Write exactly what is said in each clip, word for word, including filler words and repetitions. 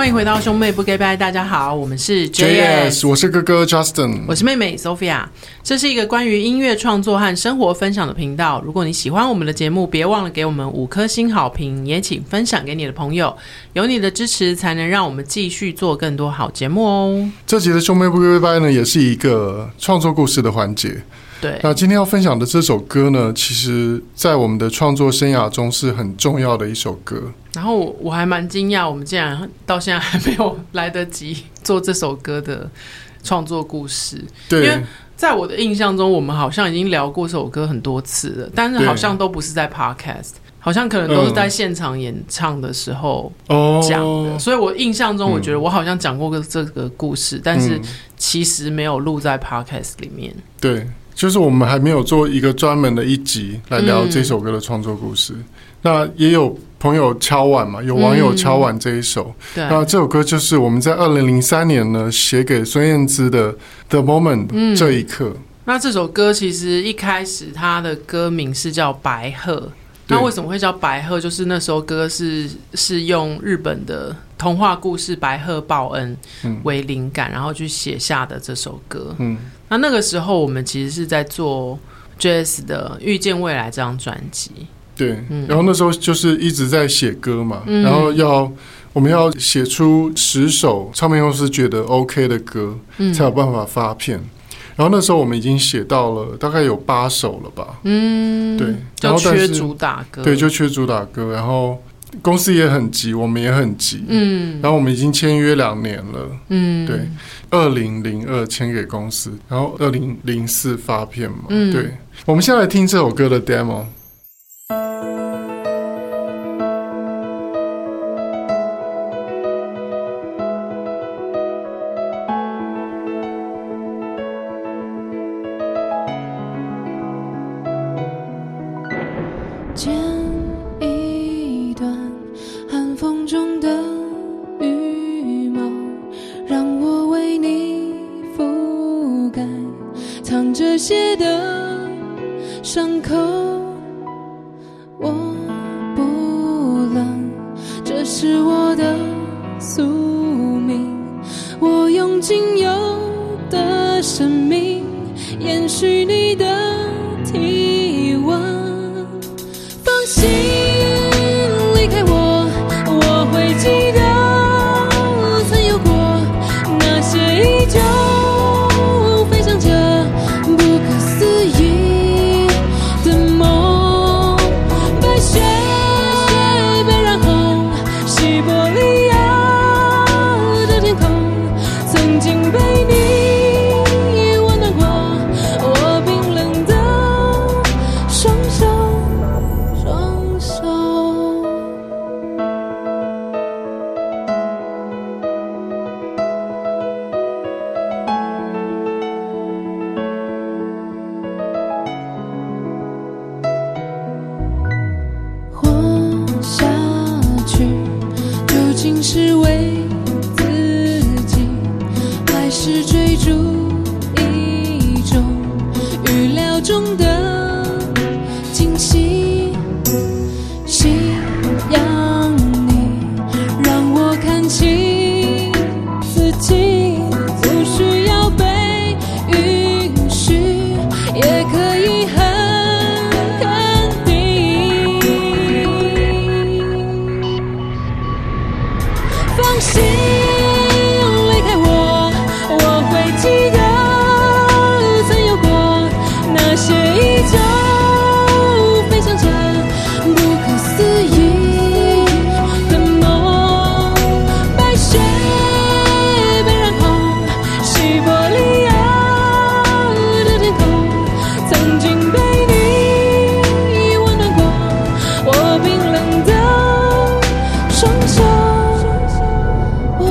欢迎回到兄妹不给拜，大家好，我们是 J S， 我是哥哥 Justin， 我是妹妹 Sophia。这是一个关于音乐创作和生活分享的频道。如果你喜欢我们的节目，别忘了给我们五颗星好评，也请分享给你的朋友。有你的支持，才能让我们继续做更多好节目哦。 这集的兄妹不给拜呢，也是一个创作故事的环节。 对， 那今天要分享的这首歌呢，其实在我们的创作生涯中是很重要的一首歌。 然后 我, 我还蛮惊讶，我们竟然到现在还没有来得及做这首歌的创作故事。 对， 因为在我的印象中，我们好像已经聊过这首歌很多次了，但是好像都不是在 podcast， 好像可能都是在现场演唱的时候讲的、嗯、所以我印象中我觉得我好像讲过这个故事、嗯、但是其实没有录在 podcast 里面。 对，就是我们还没有做一个专门的一集来聊这首歌的创作故事、嗯、那也有朋友敲碗嘛，有网友敲碗这一首、嗯、那这首歌就是我们在二零零三年呢写给孙燕姿的 The Moment、嗯、这一刻。 那这首歌其实一开始它的歌名是叫白鹤，那为什么会叫白鹤？就是那首歌是是用日本的童话故事《白鹤报恩》为灵感、嗯，然后去写下的这首歌。嗯，那那个时候我们其实是在做 J S 的《遇见未来》这张专辑。 对、嗯，然后那时候就是一直在写歌嘛，嗯、然后要我们要写出十首唱片公司觉得 OK 的歌、嗯，才有办法发片。然后那时候我们已经写到了大概有八首了吧，嗯，对， 就缺主打歌， 对，就缺主打歌。然后公司也很急，我们也很急，嗯，然后我们已经签约两年了，嗯，对，二零零二签给公司，然后二零零四发片嘛，嗯，对。我们现在来听这首歌的 demo。 剪一段寒风中的羽毛，让我为你覆盖藏着血的伤口。我不冷，这是我的宿命，我用仅有的生命延续你的体温。放心离开我，我会记得曾有过那些依旧飞翔着不可思议的梦。白雪被染红，西伯利亚的天空曾经被你温暖过，我冰冷的双手双手。活下去究竟是为自己，还是追逐一种预料中的惊喜？信仰你，让我看清自己，不需要被允许，也可以很肯定。放心离开我，我会记得曾有过那些依旧飞翔着不可思议的梦。白雪被染红，西伯利亚的天空曾经被你温暖过，我冰冷的双手。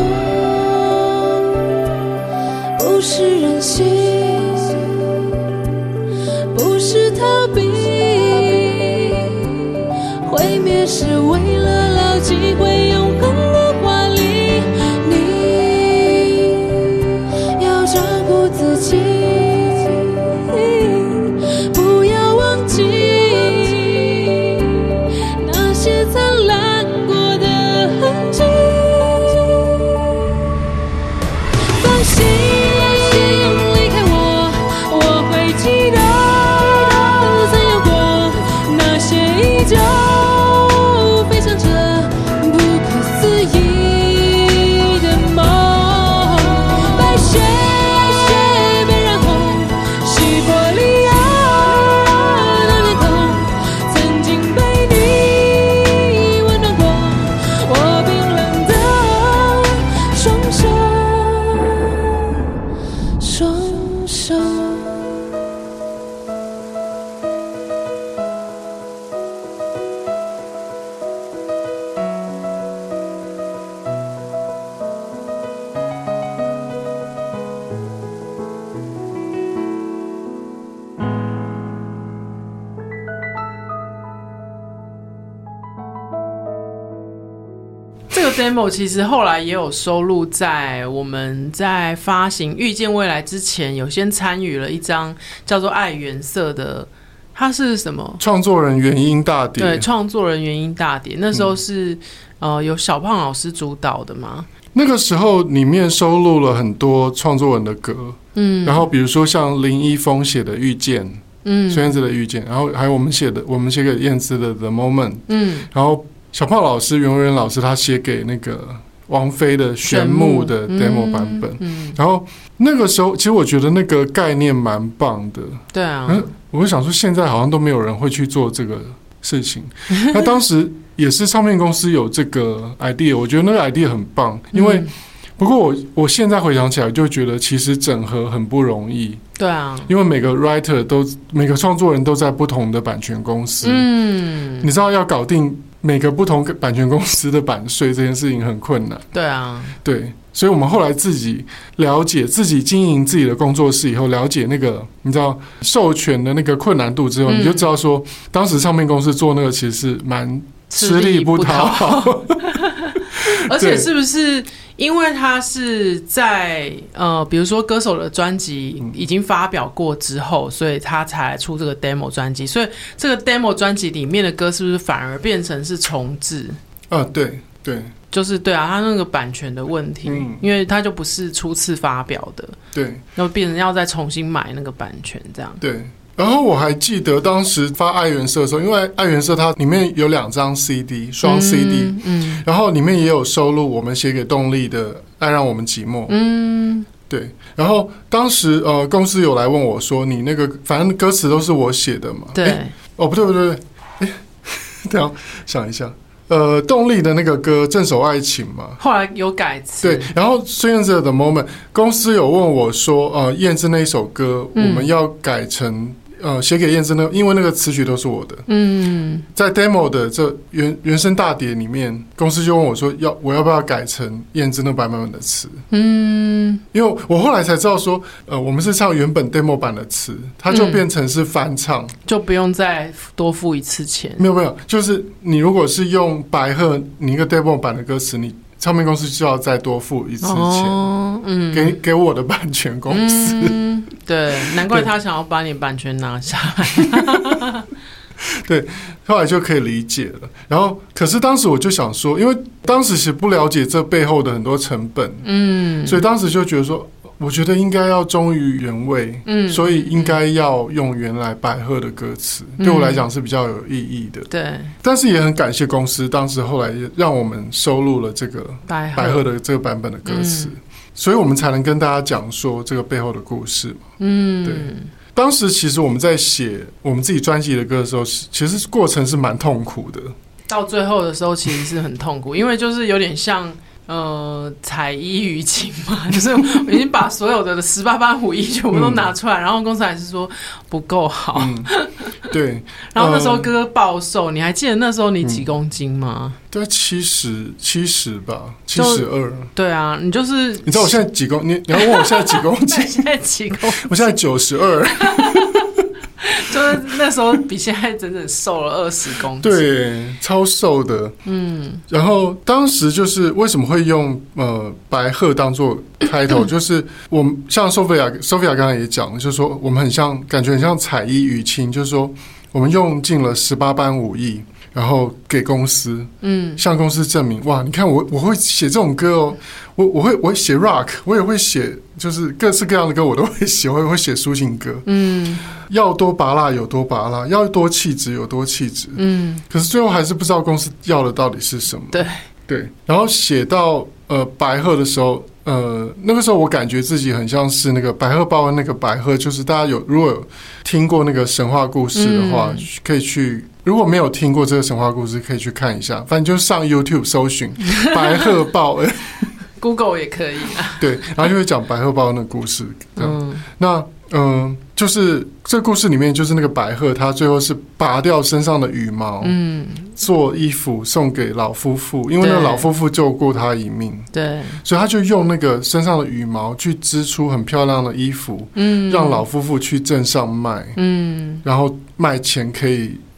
个 demo 其实后来也有收录在我们在发行《遇见未来》之前，有先参与了一张叫做《爱原色》的，它是什么？ 创作人原音大碟。 对，创作人原音大碟，那时候是、嗯、呃由小胖老师主导的嘛。 那个时候里面收录了很多创作人的歌，嗯，然后比如说像林一峰写的《遇见》，嗯，孙燕姿的《遇见》，然后还有我们写的，我们写给燕姿的《The Moment》，嗯，然后小胖老师袁惟仁老师他写给那个王菲的《玄木》的 demo 版本，嗯嗯，然后那个时候其实我觉得那个概念蛮棒的， 对啊， 嗯，我想说现在好像都没有人会去做这个事情，那当时也是唱片公司有这个 idea， 我觉得那个 idea 很棒，因为、嗯、不过我我现在回想起来就觉得其实整合很不容易， 对啊， 因为每个 writer 都每个创作人都在不同的版权公司，嗯，你知道要搞定每个不同版权公司的版税这件事情很困难， 对啊， 对，所以我们后来自己了解自己经营自己的工作室以后，了解那个你知道授权的那个困难度之后、嗯、你就知道说当时唱片公司做那个其实是蛮吃力不讨好而且是不是因为他是在呃，比如说歌手的专辑已经发表过之后，所以他才出这个 demo 专辑，所以这个 demo 专辑里面的歌是不是反而变成是重制？ 啊，对对， 就是对啊，他那个版权的问题、嗯、因为他就不是初次发表的， 对， 要变成要再重新买那个版权这样， 对。然后我还记得当时发爱原色的时候，因为爱原色它里面有两张 C D 双 C D、嗯嗯、然后里面也有收录我们写给动力的《爱让我们寂寞》，嗯，对。然后当时呃公司有来问我说，你那个反正歌词都是我写的嘛， 对， 哦不对不对不对，等一下想一下。呃，动力的那个歌《镇守爱情》嘛， 后来有改词。 对，然后孙燕姿的 Moment， 公司有问我说，呃，燕姿那一首歌、嗯、我们要改成呃写给燕姿那，因为那个词曲都是我的。嗯，在 demo 的这原原声大碟里面，公司就问我说，要我要不要改成燕姿那版本的词？嗯，因为我后来才知道说，呃，我们是唱原本 demo 版的词，它就变成是翻唱，嗯、 就不用再多付一次钱。 没有没有，就是你如果是用白鹤你一个 demo 版的歌词，你唱片公司就要再多付一次钱，哦嗯、给给我的版权公司。嗯、 对，难怪他想要把你版权拿下来。 对，后来就可以理解了。然后，可是当时我就想说，因为当时是不了解这背后的很多成本，嗯，所以当时就觉得说，我觉得应该要忠于原味，嗯，所以应该要用原来白鹤的歌词，嗯、对我来讲是比较有意义的。 对， 但是也很感谢公司，当时后来让我们收录了这个白鹤的这个版本的歌词，嗯、所以我们才能跟大家讲说这个背后的故事嘛。嗯，对。当时其实我们在写我们自己专辑的歌的时候，其实过程是蛮痛苦的。 到最后的时候，其实是很痛苦，因为就是有点像呃采衣娱情嘛，就是我已经把所有的十八般武艺全部都拿出来，嗯、然后公司还是说不够好。嗯、 对。 然后那时候歌暴瘦，你还记得那时候你几公斤吗？ 对，七十七十吧，七十二。对啊，你就是你知道我现在几公？你你要问我现在几公斤？ 现在几公斤？ 我现在九十二。 就是那时候比现在整整瘦了二十公斤， 对，超瘦的。嗯，然后当时就是为什么会用呃白鹤当做开头，就是我们像 Sophia Sophia 刚才也讲了，就是说我们很像，感觉很像采衣娱亲，就是说我们用尽了十八般武艺。然后给公司，嗯，向公司证明，哇，你看我我会写这种歌哦，我我会我会写 rock， 我也会写，就是各式各样的歌我都会写，我也会写抒情歌，嗯，要多拔辣有多拔辣，要多气质有多气质，嗯，可是最后还是不知道公司要的到底是什么， 对对，然后写到呃白鹤的时候。呃，那个时候我感觉自己很像是那个白鹤报恩那个白鹤，就是大家有如果有听过那个神话故事的话，嗯、可以去；如果没有听过这个神话故事，可以去看一下。反正就是上 YouTube 搜寻白鹤报恩 ，Google 也可以啊。 对，然后就会讲白鹤报恩的故事。嗯，那嗯、呃，就是这个故事里面，就是那个白鹤，它最后是拔掉身上的羽毛，嗯。做衣服送给老夫妇，因为那个老夫妇救过他一命， 对， 所以他就用那个身上的羽毛去织出很漂亮的衣服，嗯，让老夫妇去镇上卖，嗯，然后卖钱可以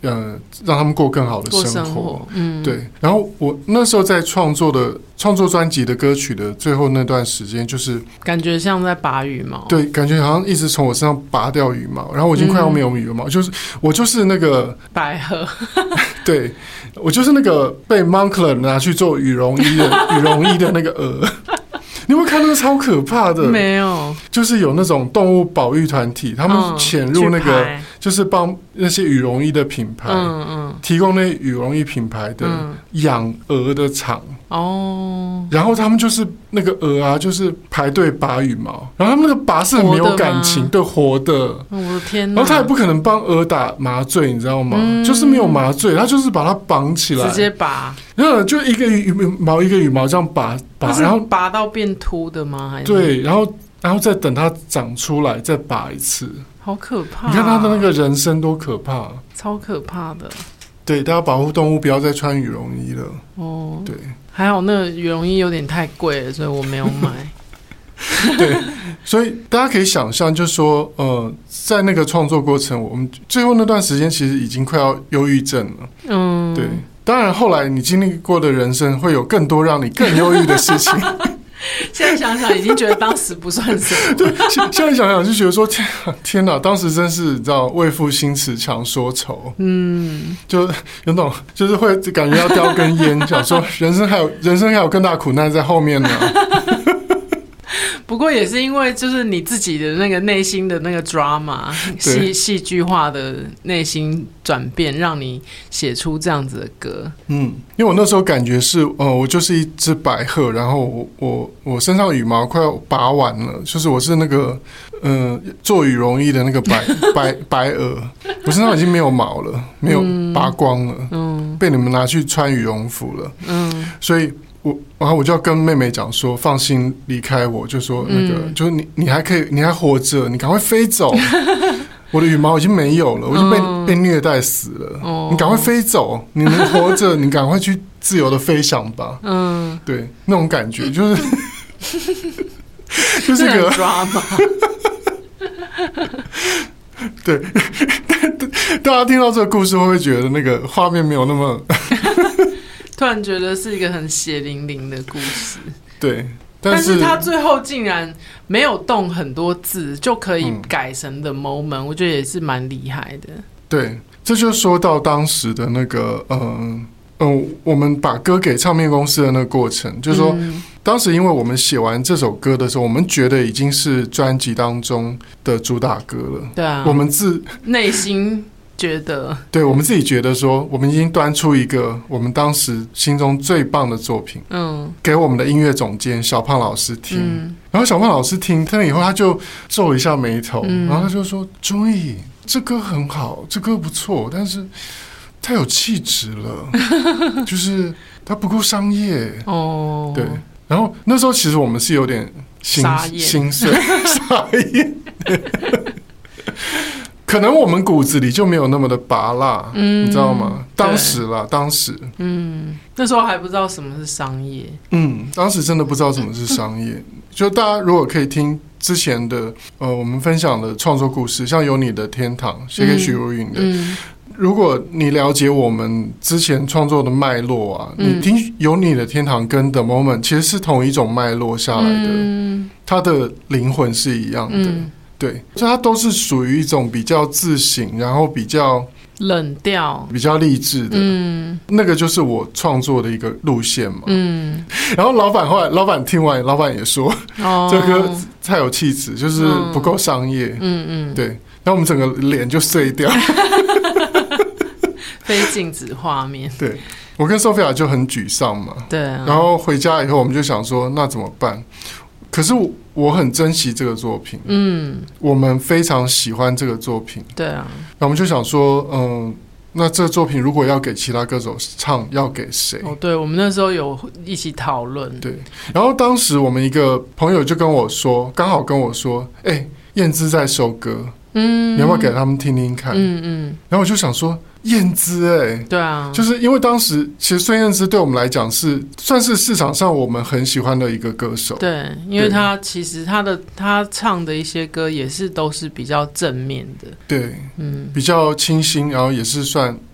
呃，让他们过更好的生活。 生活嗯， 对。然后我那时候在创作的创作专辑的歌曲的最后那段时间，就是感觉像在拔羽毛。 对，感觉好像一直从我身上拔掉羽毛，然后我已经快要没有羽毛，嗯、就是我就是那个白鹤。 对，我就是那个被 Moncler 拿去做羽绒衣的羽绒衣的那个鹅。你有没有看那个超可怕的？ 没有， 就是有那种动物保育团体，他们潜入那个，嗯、就是帮那些羽绒衣的品牌，嗯嗯，提供那羽绒衣品牌的养鹅的场哦，然后他们就是那个鹅啊，就是排队拔羽毛，然后他们那个拔是很没有感情的，活的， 我的天哪！ 然后他也不可能帮鹅打麻醉，你知道吗？嗯、就是没有麻醉，他就是把它绑起来， 直接拔， 然后就一个羽毛一个羽毛这样拔拔，然后拔到变秃的吗？还是对，然后然后再等它长出来再拔一次， 好可怕、啊！ 你看它的那个人生多可怕， 超可怕的。 对，大家保护动物，不要再穿羽绒衣了。哦，对， 还好那个羽绒衣有点太贵了，所以我没有买。 对，所以大家可以想象，就是说，呃，在那个创作过程，我们最后那段时间其实已经快要忧郁症了。嗯，对。当然，后来你经历过的人生会有更多让你更忧郁的事情。 现在想想，已经觉得当时不算什么。 对，现在想想就觉得说，天啊，天哪，当时真是你知道，为赋新词强说愁。嗯，就有种就是会感觉要叼根烟，想说人生还有人生还有更大苦难在后面呢。 不过也是因为就是你自己的那个内心的那个 drama 戏戏剧化的内心转变，让你写出这样子的歌。嗯， 因为我那时候感觉是，呃，我就是一只白鹤，然后我我我身上羽毛快要拔完了，就是我是那个呃做羽绒衣的那个白白白鹅，我身上已经没有毛了，没有拔光了，嗯，被你们拿去穿羽绒服了，嗯，所以。我然后我就要跟妹妹讲说，放心离开我，就说那个，嗯、就是你你还可以，你还活着，你赶快飞走。我的羽毛已经没有了，我已经被、嗯、被虐待死了。哦、你赶快飞走，你能活着，你赶快去自由的飞翔吧。嗯，对，那种感觉就是就是一个抓嘛。 对，大家听到这个故事会不会觉得那个画面没有那么？ 突然觉得是一个很血淋淋的故事， 对， 但 是, 但是他最后竟然没有动很多字就可以改成的 moment，、嗯、我觉得也是蛮厉害的。 对，这就说到当时的那个，嗯、呃、嗯、呃，我们把歌给唱片公司的那个过程，就是说，嗯、当时因为我们写完这首歌的时候，我们觉得已经是专辑当中的主打歌了， 对啊， 我们自内心。觉得对，我们自己觉得说，我们已经端出一个我们当时心中最棒的作品，嗯，给我们的音乐总监小胖老师听，嗯、然后小胖老师听听了以后，他就皱一下眉头，嗯、然后他就说：“钟毅，这歌很好，这歌不错，但是太有气质了，就是它不够商业。”哦，对。然后那时候其实我们是有点心心碎，傻眼。可能我们骨子里就没有那么的拔辣，嗯、你知道吗？当时啦，当时， 嗯，那时候还不知道什么是商业， 嗯，当时真的不知道什么是商业。嗯、就大家如果可以听之前的呃我们分享的创作故事，像有你的天堂写给许茹芸的，嗯嗯、如果你了解我们之前创作的脉络啊，嗯、你听有你的天堂跟 The Moment 其实是同一种脉络下来的，嗯、它的灵魂是一样的。嗯，对，所以它都是属于一种比较自省，然后比较冷调、 比较励志的。嗯，那个就是我创作的一个路线嘛。嗯，然后老板后来，老板听完，老板也说，哦、这歌太有气质，就是不够商业。嗯嗯，对，然后我们整个脸就碎掉， 非静止画面。 对，我跟 Sophia 就很沮丧嘛。 对、啊， 然后回家以后，我们就想说，那怎么办？可是我我很珍惜这个作品，嗯，我们非常喜欢这个作品， 对啊， 那我们就想说，嗯、呃，那这个作品如果要给其他歌手唱，要给谁？ 哦，对，我们那时候有一起讨论， 对，然后当时我们一个朋友就跟我说，刚好跟我说，哎、欸，燕姿在收歌，嗯，你要不要给他们听听看？嗯嗯，然后我就想说。燕姿哎、欸， 对啊， 就是因为当时其实孙燕姿对我们来讲是算是市场上我们很喜欢的一个歌手， 对，因为他其实他的他唱的一些歌也是都是比较正面的， 对，嗯，比较清新，然后也是算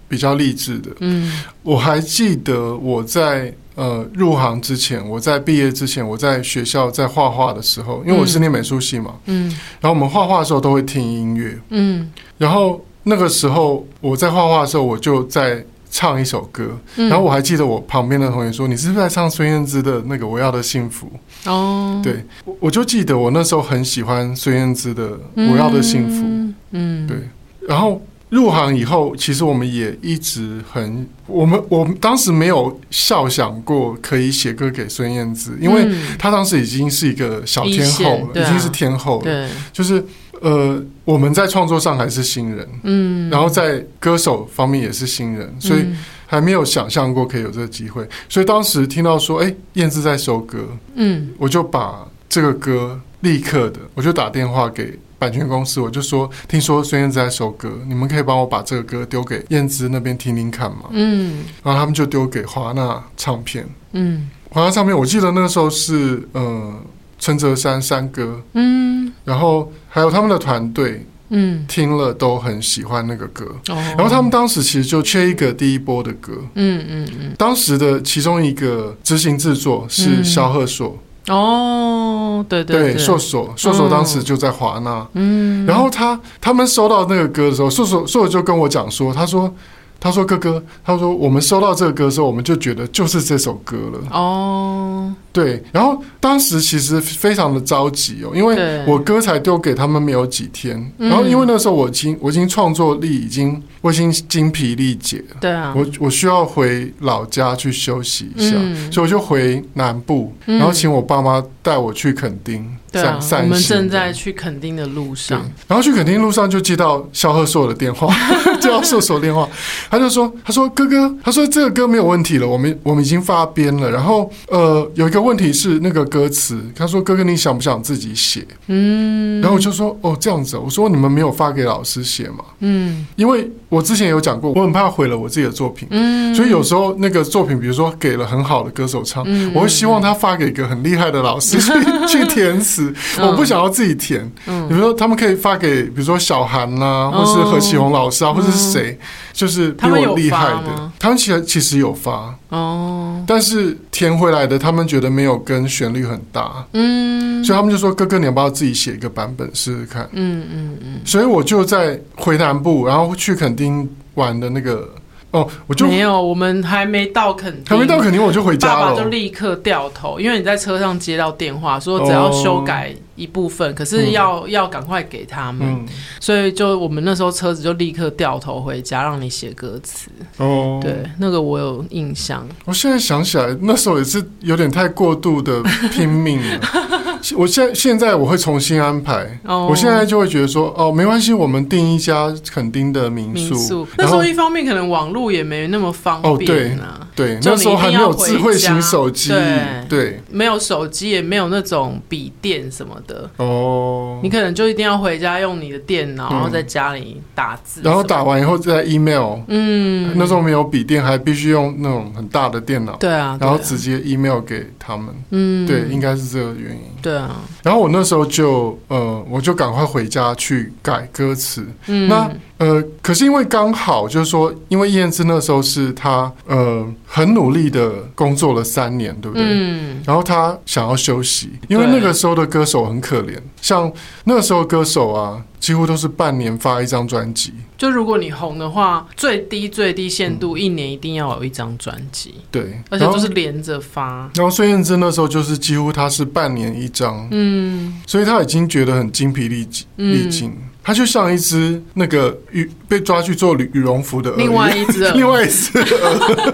比较励志的。嗯，我还记得我在呃入行之前，我在毕业之前，我在学校在画画的时候，因为我是念美术系嘛，嗯，然后我们画画的时候都会听音乐，嗯，然后那个时候我在画画的时候，我就在唱一首歌，嗯、然后我还记得我旁边的同学说：“你是不是在唱孙燕姿的那个《我要的幸福》？”哦，对，我就记得我那时候很喜欢孙燕姿的《我要的幸福》，嗯，对。然后入行以后，其實我們也一直很，我們我們當時沒有笑想過可以寫歌給孫燕姿，因為她當時已經是一個小天后了，已經是天后了，對，就是呃，我們在創作上還是新人，嗯，然後在歌手方面也是新人，所以還沒有想象過可以有這個機會，所以當時聽到說，哎，燕姿在收歌，嗯，我就把這個歌立刻的，我就打電話給版權公司，我就說聽說孫燕姿在收歌，你們可以幫我把這個歌丟給燕姿那邊聽聽看嘛，嗯，然後他們就丟給華納唱片，嗯，華納唱片我記得那個時候是呃陳澤山山哥，嗯，然後還有他們的團隊，嗯，聽了都很喜歡那個歌，哦，然後他們當時其實就缺一個第一波的歌，嗯嗯嗯，當時的其中一個執行製作是蕭賀碩，哦，對對對，碩碩碩碩當時就在華納，嗯，然後他他們收到那個歌的時候，碩碩碩碩就跟我講說，他說他說哥哥，他說我們收到這個歌的時候，我們就覺得就是這首歌了，哦，對，然後當時其實非常的着急哦，因為我歌才丟給他們沒有幾天，然後因為那時候我已經我已經創作力已經我已經精疲力竭了，對啊，我我需要回老家去休息一下，嗯，所以我就回南部，然後請我爸媽帶我去墾丁，對啊，我們正在去墾丁的路上，然後去墾丁路上就接到蕭賀碩的電話，接到碩碩電話，他就說他說哥哥，他說這個歌沒有問題了，我們我們已經發編了，然後呃有一個問題是那個歌詞，他說哥哥你想不想自己寫？嗯，然後我就說哦這樣子，我說你們沒有發給老師寫嘛？嗯，因為我之前有講過，我很怕毀了我自己的作品，嗯，所以有時候那個作品，比如說給了很好的歌手唱，嗯，我會希望他發給一個很厲害的老師去去填詞，嗯，我不想要自己填，嗯，比如說他們可以發給，比如說小韓啦，啊，或是何啟宏老師啊，嗯，或者是誰，就是比我厲害的，他們其實其實有發哦，但是填回來的他們覺得沒有跟旋律很搭，嗯，所以他們就說哥哥你要不要自己寫一個版本試試看，嗯嗯嗯，所以我就在回南部，然後去墾丁玩的那個哦，我就沒有，我們還沒到墾丁， 還沒到墾丁我就回家了， 爸爸就立刻掉頭，因為你在車上接到電話說只要修改一部分，哦，可是要，嗯，要趕快給他們，嗯，所以就我們那時候車子就立刻掉頭回家，讓你寫歌詞。哦，對，那個我有印象。 我現在想起來，那時候也是有點太過度的拼命了。我現在現在我會重新安排，哦，我現在就會覺得說，哦，沒關係，我們訂一家墾丁的民宿。民宿那時候一方面可能網路也沒那麼方便啊。 哦，對，對，那時候還沒有智慧型手機，對，對， 沒有手機，也沒有那種筆電什麼的。哦，你可能就一定要回家用你的電腦，嗯，然後在家裡打字， 然後打完以後再 email。嗯，那時候沒有筆電，還必須用那種很大的電腦。 對啊， 然後直接 email 給他們。嗯，對，應該是這個原因。 對啊， 然後我那時候就呃，我就趕快回家去改歌詞。嗯，那呃，可是因為剛好就是說，因為燕姿那時候是他呃很努力的工作了三年，對不對？嗯，然後他想要休息，因為那個時候的歌手很可憐，像那個時候歌手啊，幾乎都是半年發一張專輯。 就如果你紅的話，最低最低限度一年一定要有一張專輯。 對， 而且都是連着發。 然後孫燕姿那時候就是幾乎他是半年一張，嗯，所以他已經覺得很精疲力盡，力盡。他就像一隻那個羽被抓去做羽羽絨服的鵝， 另外一隻鵝， 另外一隻鵝。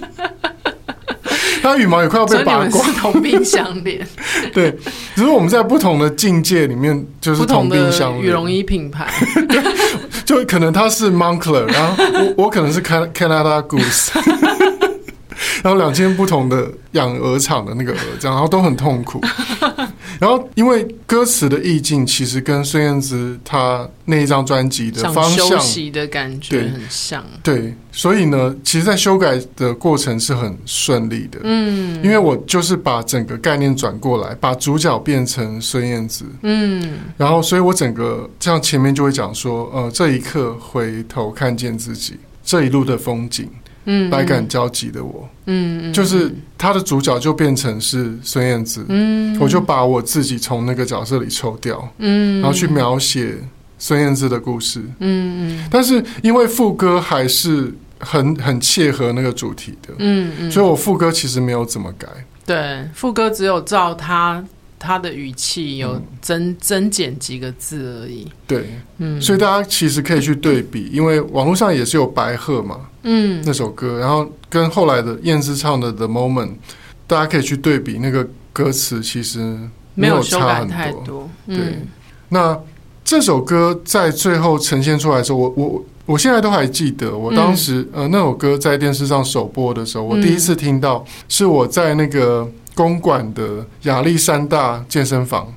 他羽毛也快要被拔光， 所以你們是同病相憐。 對，只是我們在不同的境界裡面，就是同病相憐。 羽絨衣品牌， 就可能他是 Moncler， 然後我我可能是 Canada Goose， 然後兩間不同的養鵝場的那個鵝，這樣，然後都很痛苦。然後因為歌詞的意境其實跟孫燕姿她那一張專輯的方向， 想休息的感覺很像。 對，對，所以呢，其實在修改的過程是很順利的。嗯，因為我就是把整個概念轉過來，把主角變成孫燕姿。嗯，然後所以我整個這樣前面就會講說，呃，這一刻回頭看見自己。 这一路的风景，嗯，百感交集的我，嗯，就是他的主角就变成是孙燕姿，嗯，我就把我自己从那个角色里抽掉，嗯，然后去描写孙燕姿的故事，嗯嗯，但是因为副歌还是很很切合那个主题的，嗯嗯，所以我副歌其实没有怎么改， 对，副歌只有照他他的语气有增、嗯、增减几个字而已， 对，嗯，所以大家其实可以去对比，因为网络上也是有白鹤嘛，嗯，那首歌，然后跟后来的燕姿唱的 The Moment， 大家可以去对比，那个歌词其实没有差很多， 太多，嗯、 对，那这首歌在最后呈现出来的时候，我我我现在都还记得，我当时、嗯、呃那首歌在电视上首播的时候，我第一次听到是我在那个公馆的亚历山大健身房。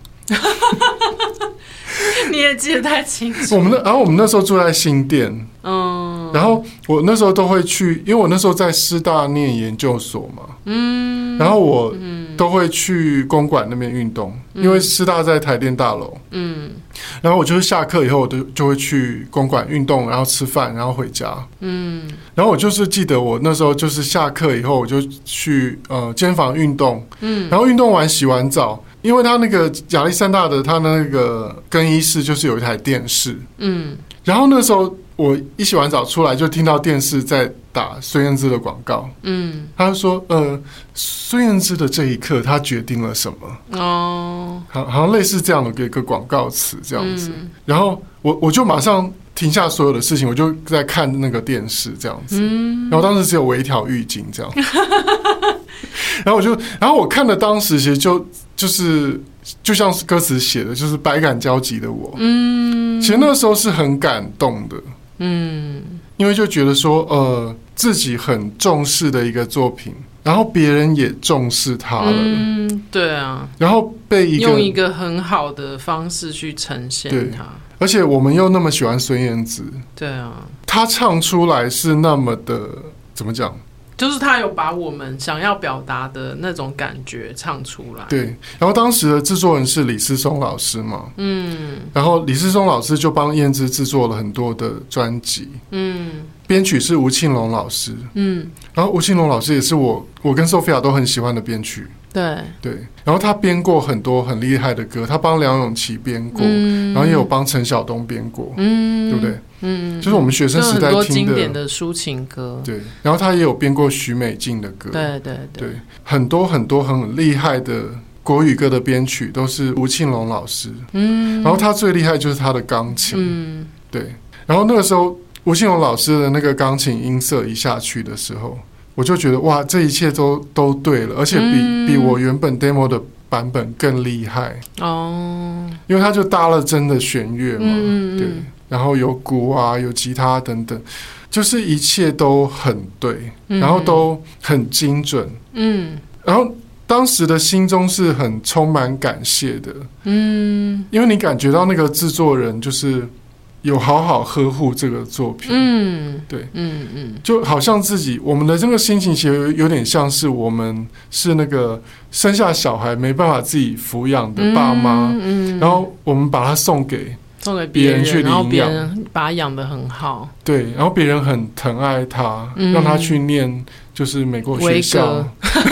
你也记得太清楚。 我们那然后我们那时候住在新店，嗯，然后我那时候都会去，因为我那时候在师大念研究所嘛，嗯，然后我都会去公馆那边运动，嗯、因为师大在台电大楼，嗯，然后我就是下课以后，我就就会去公馆运动，然后吃饭，然后回家，嗯，然后我就是记得我那时候就是下课以后，我就去呃健身房运动，嗯，然后运动完洗完澡。因为他那个亚历山大的他的那个更衣室就是有一台电视，嗯，然后那时候我一洗完澡出来就听到电视在打孙燕姿的广告，嗯，他就说呃孙燕姿的这一刻他决定了什么哦，好好像类似这样的一个广告词这样子，嗯、然后我我就马上停下所有的事情，我就在看那个电视这样子，嗯，然后当时只有微调浴巾这样。然后我就，然后我看的当时其实就就是就像是歌词写的，就是百感交集的我。嗯，其实那个时候是很感动的。嗯，因为就觉得说，呃，自己很重视的一个作品，然后别人也重视它了。嗯， 对啊。 然后被一个用一个很好的方式去呈现它。 而且我们又那么喜欢孙燕姿。 对啊。她唱出来是那么的怎么讲？ 就是他有把我们想要表达的那种感觉唱出来。 对，然后当时的制作人是李思松老师嘛，嗯，然后李思松老师就帮燕姿制作了很多的专辑，嗯，编曲是吴庆隆老师，嗯，然后吴庆隆老师也是我我跟 Sophia 都很喜欢的编曲。 对对，然后他编过很多很厉害的歌，他帮梁咏琪编过，嗯、然后也有帮陈晓东编过，嗯，对不对？嗯，就是我们学生时代听的很多经典的抒情歌。 对，然后他也有编过许美静的歌， 对对 对, 对， 很多很多很厉害的国语歌的编曲都是吴庆隆老师，嗯，然后他最厉害就是他的钢琴，嗯，对，然后那个时候吴庆隆老师的那个钢琴音色一下去的时候。我就觉得哇，这一切都都对了，而且比、嗯、比我原本 demo 的版本更厉害哦，因为他就搭了真的弦乐嘛，嗯、对，然后有鼓啊，有吉他等等，就是一切都很对，嗯、然后都很精准，嗯，然后当时的心中是很充满感谢的，嗯，因为你感觉到那个制作人就是。有好好呵护这个作品，嗯，对，嗯嗯，就好像自己我们的这个心情其实有点像是我们是那个生下小孩没办法自己抚养的爸妈，嗯，嗯然后我们把他送给送给别人去领养，然后别人把他养得很好， 对，然后别人很疼爱他，嗯、让他去念就是美国学校。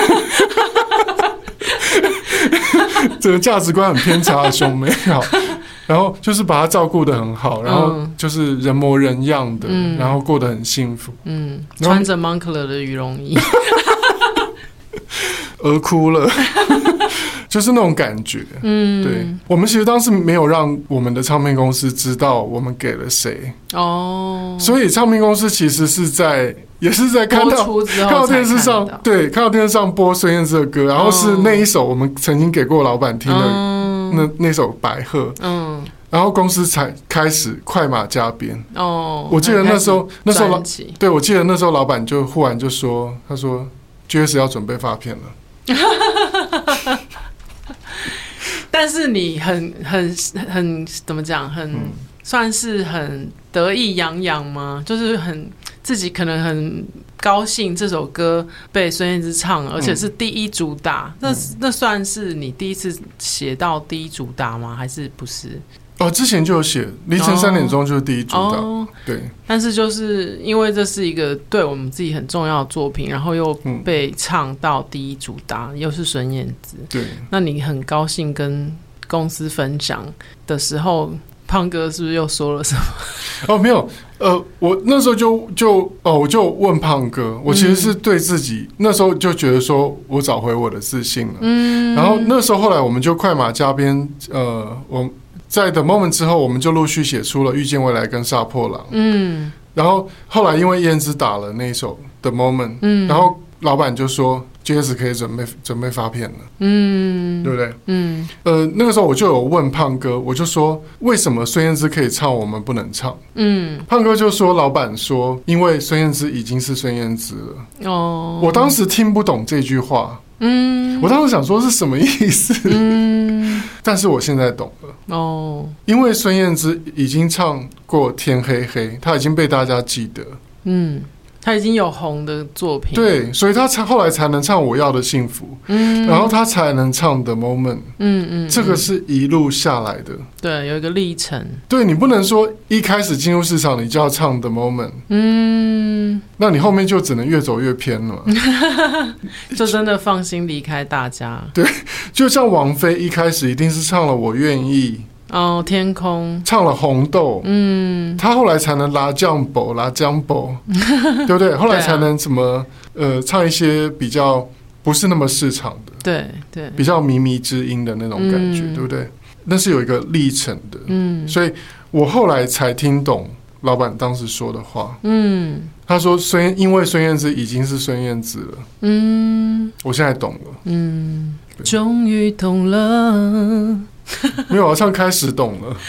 这个价值观很偏差的兄妹，好，然后就是把他照顾得很好，然后就是人模人样的，嗯、然后过得很幸福。嗯， 穿着 Moncler 的羽绒衣， 而哭了，就是那种感觉。嗯，对，我们其实当时没有让我们的唱片公司知道我们给了谁哦，所以唱片公司其实是在。也是在看到看到电视上，对，看到电视上播孙燕姿的歌，然后是那一首我们曾经给过老板听的那、嗯、那首《白鹤》，嗯，然后公司才开始快马加鞭。哦，我记得那时候那时候老对我记得那时候老板就忽然就说，他说 G S 要准备发片了。 但是你很很很怎么讲，很、嗯、算是很得意洋洋吗？就是很。自己可能很高兴这首歌被孙燕姿唱，而且是第一主打，嗯、那那算是你第一次写到第一主打吗？还是不是？ 哦，之前就有写凌晨三点钟就是第一主打、哦、对， 但是就是因为这是一个对我们自己很重要的作品，然后又被唱到第一主打、嗯、又是孙燕姿， 对， 那你很高兴跟公司分享的时候，胖哥是不是又说了什么？ 哦，没有，呃，我那时候就就哦，我就问胖哥，我其实是对自己、嗯、那时候就觉得说我找回我的自信了，嗯，然后那时候后来我们就快马加鞭，呃，我在 The Moment 之后，我们就陆续写出了《遇见未来》跟《杀破狼》，嗯，然后后来因为燕姿打了那一首 The Moment， 嗯，然后老板就说 J S 可以准备准备发片了，嗯，对不对？嗯，呃，那个时候我就有问胖哥，我就说为什么孙燕姿可以唱，我们不能唱？嗯，胖哥就说老板说，因为孙燕姿已经是孙燕姿了。哦，我当时听不懂这句话。嗯，我当时想说是什么意思？嗯，但是我现在懂了。哦，因为孙燕姿已经唱过《天黑黑》，她已经被大家记得。嗯。他已经有红的作品，对，所以他才后来才能唱《我要的幸福》，嗯，然后他才能唱《The Moment》，嗯嗯，这个是一路下来的，对，有一个历程。对，你不能说一开始进入市场你就要唱《The Moment》，嗯，那你后面就只能越走越偏了，就真的放心离开大家。对，就像王菲一开始一定是唱了《我愿意》。哦，天空唱了红豆，嗯，他后来才能拉酱宝拉酱宝，对不对？后来才能什么、啊、呃唱一些比较不是那么市场的，对对，比较靡靡之音的那种感觉、嗯、对不对？那是有一个历程的，嗯，所以我后来才听懂老板当时说的话，嗯，他说孙因为孙燕姿已经是孙燕姿了，嗯，我现在懂了，嗯，终于懂了。没有，我唱开始懂了。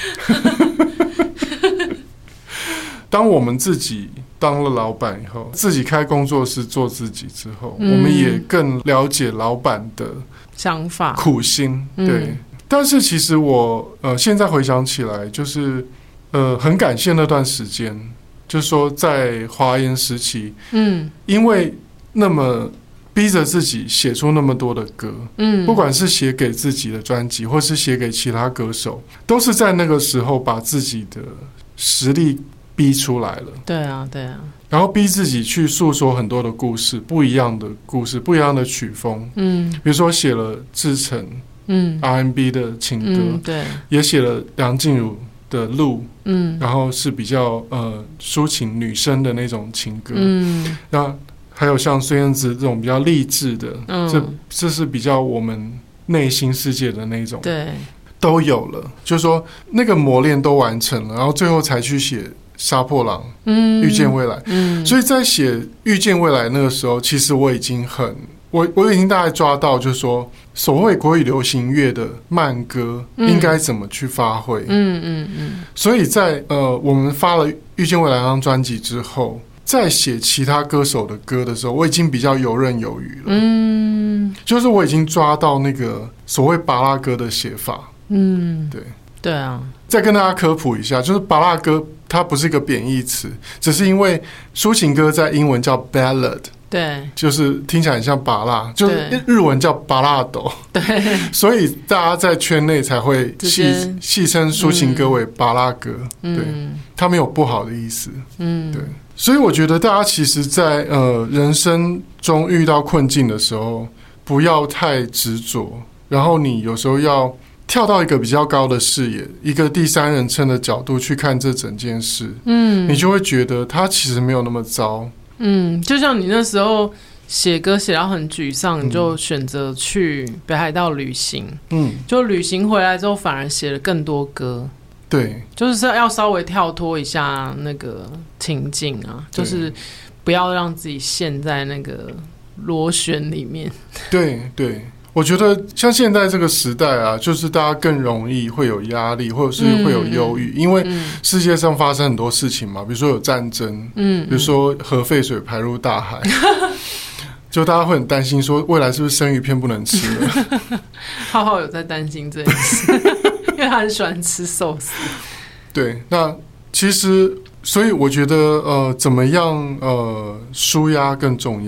当我们自己当了老板以后，自己开工作室做自己之后、嗯、我们也更了解老板的想法苦心，对、嗯、但是其实我呃现在回想起来，就是呃很感谢那段时间，就是说在华研时期，嗯，因为那么逼着自己写出那么多的歌，嗯，不管是写给自己的专辑，或是写给其他歌手，都是在那个时候把自己的实力逼出来了。对啊，对啊。然后逼自己去诉说很多的故事，不一样的故事，不一样的曲风。嗯，比如说写了志诚，嗯 ，R and B 的情歌，嗯、对，也写了梁静茹的路，嗯，然后是比较呃抒情女生的那种情歌，嗯，那。还有像孙燕姿这种比较励志的，嗯，这这是比较我们内心世界的那种，对，都有了。就是说那个磨练都完成了，然后最后才去写《杀破狼》，嗯，遇见未来，嗯，所以在写《遇见未来》那个时候，其实我已经很，我我已经大概抓到，就是说所谓国语流行乐的慢歌应该怎么去发挥，嗯嗯嗯。所以在呃我们发了《遇见未来》那张专辑之后。在写其他歌手的歌的时候，我已经比较游刃有余了。嗯，就是我已经抓到那个所谓芭乐歌的写法。嗯，对，对啊。再跟大家科普一下，就是芭乐歌它不是一个贬义词，只是因为抒情歌在英文叫 ballad， 对，就是听起来很像芭乐，就是日文叫芭乐斗，对，所以大家在圈内才会戏戏称抒情歌为芭乐歌。嗯，对，它没有不好的意思。嗯，对。所以我觉得大家其实在呃人生中遇到困境的时候，不要太执着，然后你有时候要跳到一个比较高的视野，一个第三人称的角度去看这整件事，嗯，你就会觉得它其实没有那么糟。嗯，就像你那时候写歌写到很沮丧，你就选择去北海道旅行，嗯，就旅行回来之后反而写了更多歌。对，就是要稍微跳脱一下那个情境啊，就是不要让自己陷在那个螺旋里面。对对，我觉得像现在这个时代啊，就是大家更容易会有压力，或者是会有忧郁，嗯，因为世界上发生很多事情嘛，比如说有战争，嗯，比如说核废水排入大海。就大家会很担心说未来是不是生鱼片不能吃了。浩浩有在担心这件事。因为他很喜欢吃寿司。对，那其实所以我觉得呃怎么样呃舒压更重要，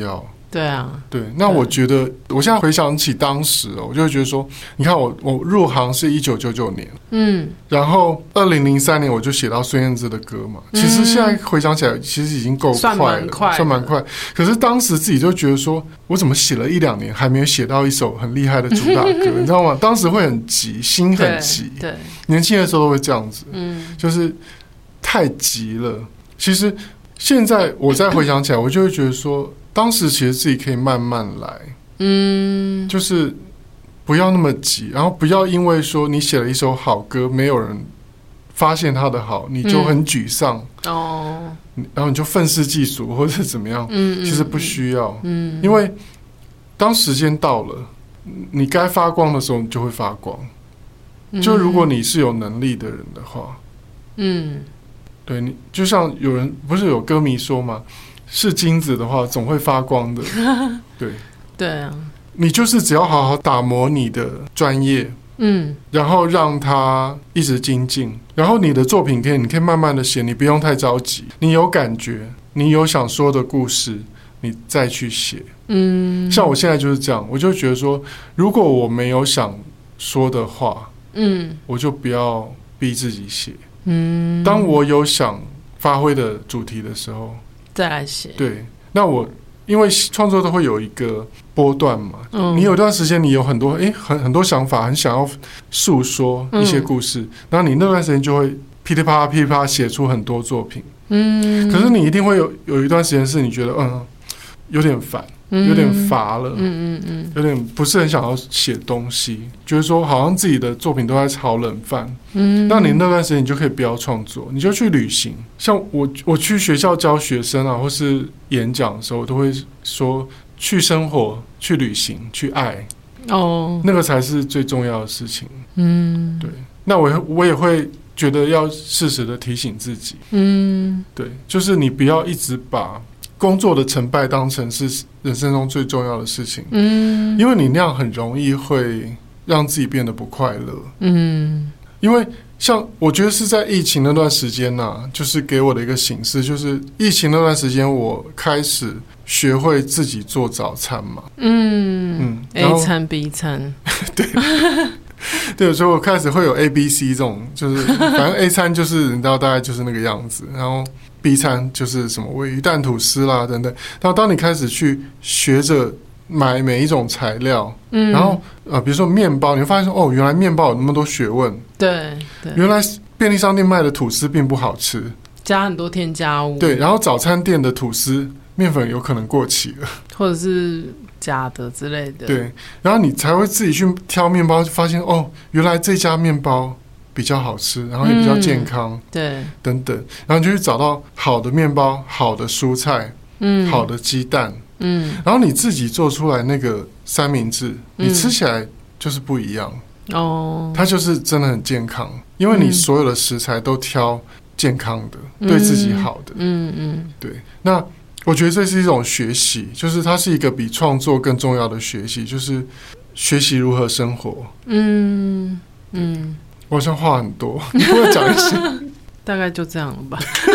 对啊， 对。那我觉得，我现在回想起当时哦，我就会觉得说，你看我我入行是一九九九年，嗯，然后二零零三年我就写到孙燕姿的歌嘛。其实现在回想起来，其实已经够快了，算蛮快，算蛮快。可是当时自己就觉得说，我怎么写了一两年还没有写到一首很厉害的主打歌，你知道吗？当时会很急，心很急。对，对年轻的时候都会这样子，嗯，就是太急了。其实现在我再回想起来，我就会觉得说。当时其实自己可以慢慢来，嗯，就是不要那么急，然后不要因为说你写了一首好歌，没有人发现它的好，你就很沮丧、嗯、哦，然后你就愤世嫉俗或者怎么样，嗯，其实不需要，嗯，因为当时间到了，你该发光的时候你就会发光，就如果你是有能力的人的话，嗯，对，你就像有人不是有歌迷说吗？是金子的话总会发光的。对对啊， 你就是只要好好打磨你的专业，嗯，然后让它一直精进，然后你的作品可以你可以慢慢的写，你不用太着急，你有感觉，你有想说的故事，你再去写。嗯，像我现在就是这样，我就觉得说，如果我没有想说的话，嗯，我就不要逼自己写。嗯，当我有想发挥的主题的时候再来写。对， 那我因为创作都会有一个波段嘛，嗯，你有段时间你有很多诶很很多想法，很想要诉说一些故事，嗯，然后你那段时间就会噼里啪啦噼里啪啦写出很多作品，嗯，可是你一定会有有一段时间是你觉得嗯有点烦，有点乏了，嗯嗯嗯，有点不是很想要写东西，觉得说好像自己的作品都在炒冷饭，嗯，那你那段时间你就可以不要创作，你就去旅行。像我我去学校教学生啊，或是演讲的时候，我都会说去生活、去旅行、去爱，哦，那个才是最重要的事情。嗯，对。那我我也会觉得要适时的提醒自己，嗯，对，就是你不要一直把工作的成败当成是人生中最重要的事情，嗯，因为你那样很容易会让自己变得不快乐，嗯，因为像我觉得是在疫情那段时间啊，就是给我的一个醒示，就是疫情那段时间我开始学会自己做早餐嘛，嗯嗯 ，A 餐 B 餐， 对。对，所以我开始会有 A B C 这种，就是反正 A 餐就是你知道大概就是那个样子，然后 B 餐就是什么鲔鱼蛋吐司啦等等。然后当你开始去学着买每一种材料，嗯，然后呃，比如说面包，你会发现说哦，原来面包有那么多学问， 对对， 原来便利商店卖的吐司并不好吃， 加很多添加物， 对，然后早餐店的吐司面粉有可能过期了， 或者是假的之类的， 对，然后你才会自己去挑面包，发现哦，原来这家面包比较好吃，然后也比较健康，嗯，对，等等，然后你就去找到好的面包、好的蔬菜，嗯，好的鸡蛋，嗯，然后你自己做出来那个三明治，你吃起来就是不一样哦，它就是真的很健康，因为你所有的食材都挑健康的，嗯，对自己好的，嗯嗯，对，那。我觉得这是一种学习，就是它是一个比创作更重要的学习，就是学习如何生活。嗯嗯，我好像话很多，你给我讲一些。 大概就这样了吧。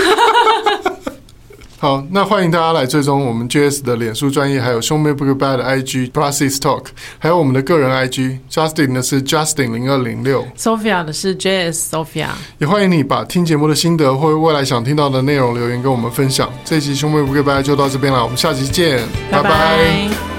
好，那欢迎大家来追踪我们 J S 的脸书专页，还有兄妹不 goodbye 的 I G Process Talk， 还有我们的个人 I G Justin 的是 Justin 零二零六， Sophia 的是 J S Sophia。 也欢迎你把听节目的心得或未来想听到的内容留言跟我们分享。这一集兄妹不 goodbye 就到这边了，我们下集见，拜拜。